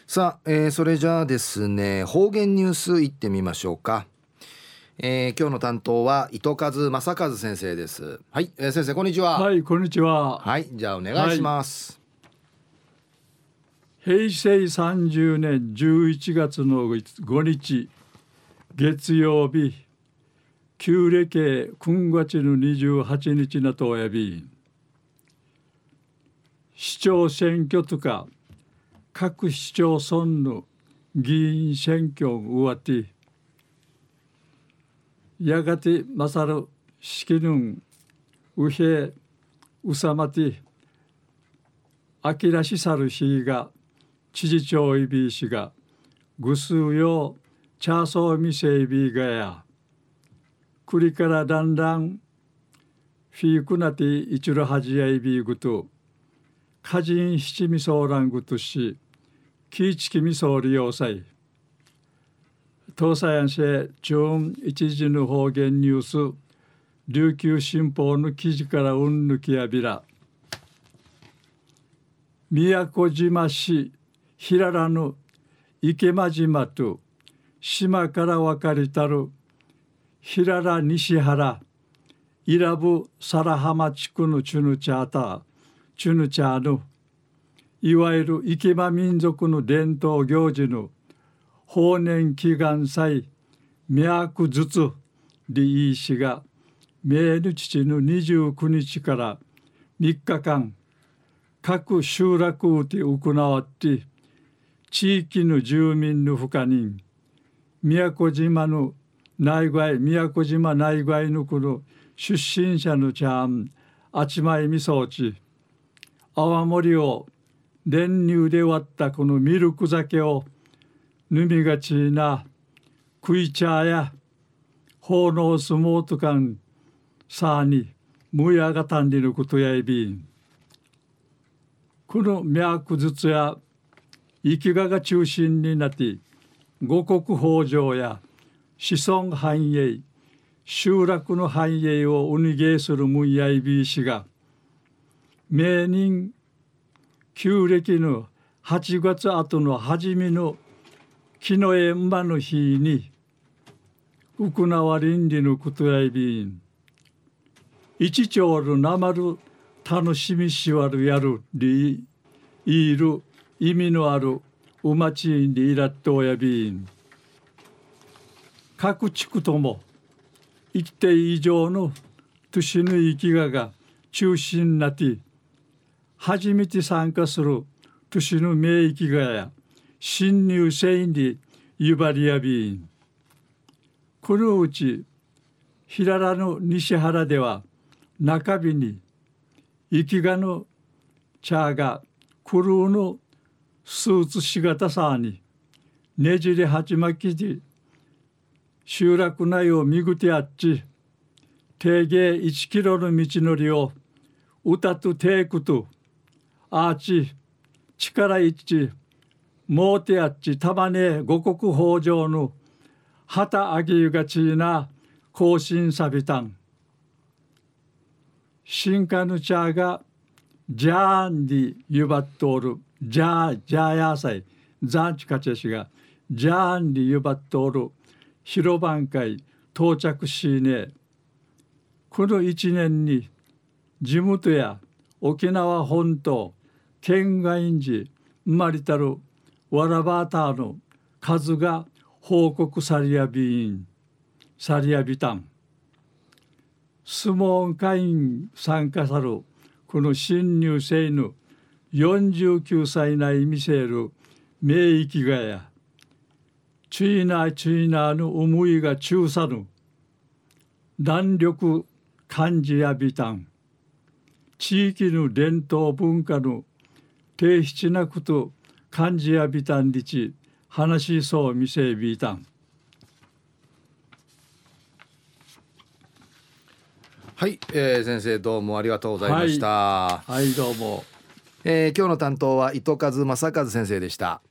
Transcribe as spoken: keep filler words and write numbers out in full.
さあ、えー、それじゃあですね、方言ニュースいってみましょうか。えー、今日の担当は糸数正和先生です。はい、えー、先生こんにちは。 はい、こんにちは。 はい、じゃあお願いします。 はい、平成さんじゅうねんじゅういちがつのごにち月曜日、旧暦くんがつのにじゅうはちにちなとおやび、市長選挙とか各市町村の議員選挙を終わってやがてまさる式ぬんうへうさまてあきらしさる日が知事長いびいしがぐすうようチャーソーみせいびがやくりからだんだんフィークナティイチュルハジやいびぐとかじん七味ソーラングとしキイチキミソーリヨーサイ東西安市中一時の方言ニュース琉球新報の記事からうんぬきやびら宮古島市平良の池間島と島から分かりたる平良西原伊良部皿浜地区のチュヌチャータチュヌチャーのいわゆる池間民族の伝統行事の法年祈願祭脈ずつリイ氏が明の父のにじゅうくにちからみっかかん各集落で行わって地域の住民のほかに宮古島の内外宮古島内外のこの出身者のちゃんあちまいみそうち泡盛を練乳で割ったこのミルク酒を飲みがちな食い茶や奉納相撲とかんさあにむやがたんでのことやいびんこの脈ずつや生きがが中心になって五穀豊穣や子孫繁栄集落の繁栄をうにげいするむやいびいしが明人旧暦のはちがつ後の初めの木の絵馬の日に行わりんりのことやいびん一丁るなまる楽しみしわるやるりいる意味のあるうまちんにいらっとおやびん各地区とも一定以上の年の生きがが中心なって初めて参加する年の名域がや新入生にゆばりやびんこのうち平良の西原では中日に生きがの茶がクルーのスーツ姿さにねじり鉢巻きで集落内を見ぐてあっち定芸いちキロの道のりを歌とテイクとあーち力いちもうてあっちたまね五穀豊穣の旗あげゆがちな更新さびたん新化の茶がジャーンにゆばっとおるジャージャーやさいザンチカチェシがジャーンにゆばっとおる広番会到着しねこの一年に地元や沖縄本島県外に生まれたるわらばたの数が報告されやびんされやびたん相撲会員参加さるこの新入生のよんじゅうきゅうさい内見せる名域がやチーナーチーナーの思いが中さぬ弾力感じやびたん地域の伝統文化の低質なこと感じやびたんりち話しそう見せびたんはい、えー、先生どうもありがとうございました。 はい、はい、どうも、 えー、今日の担当は糸数正和先生でした。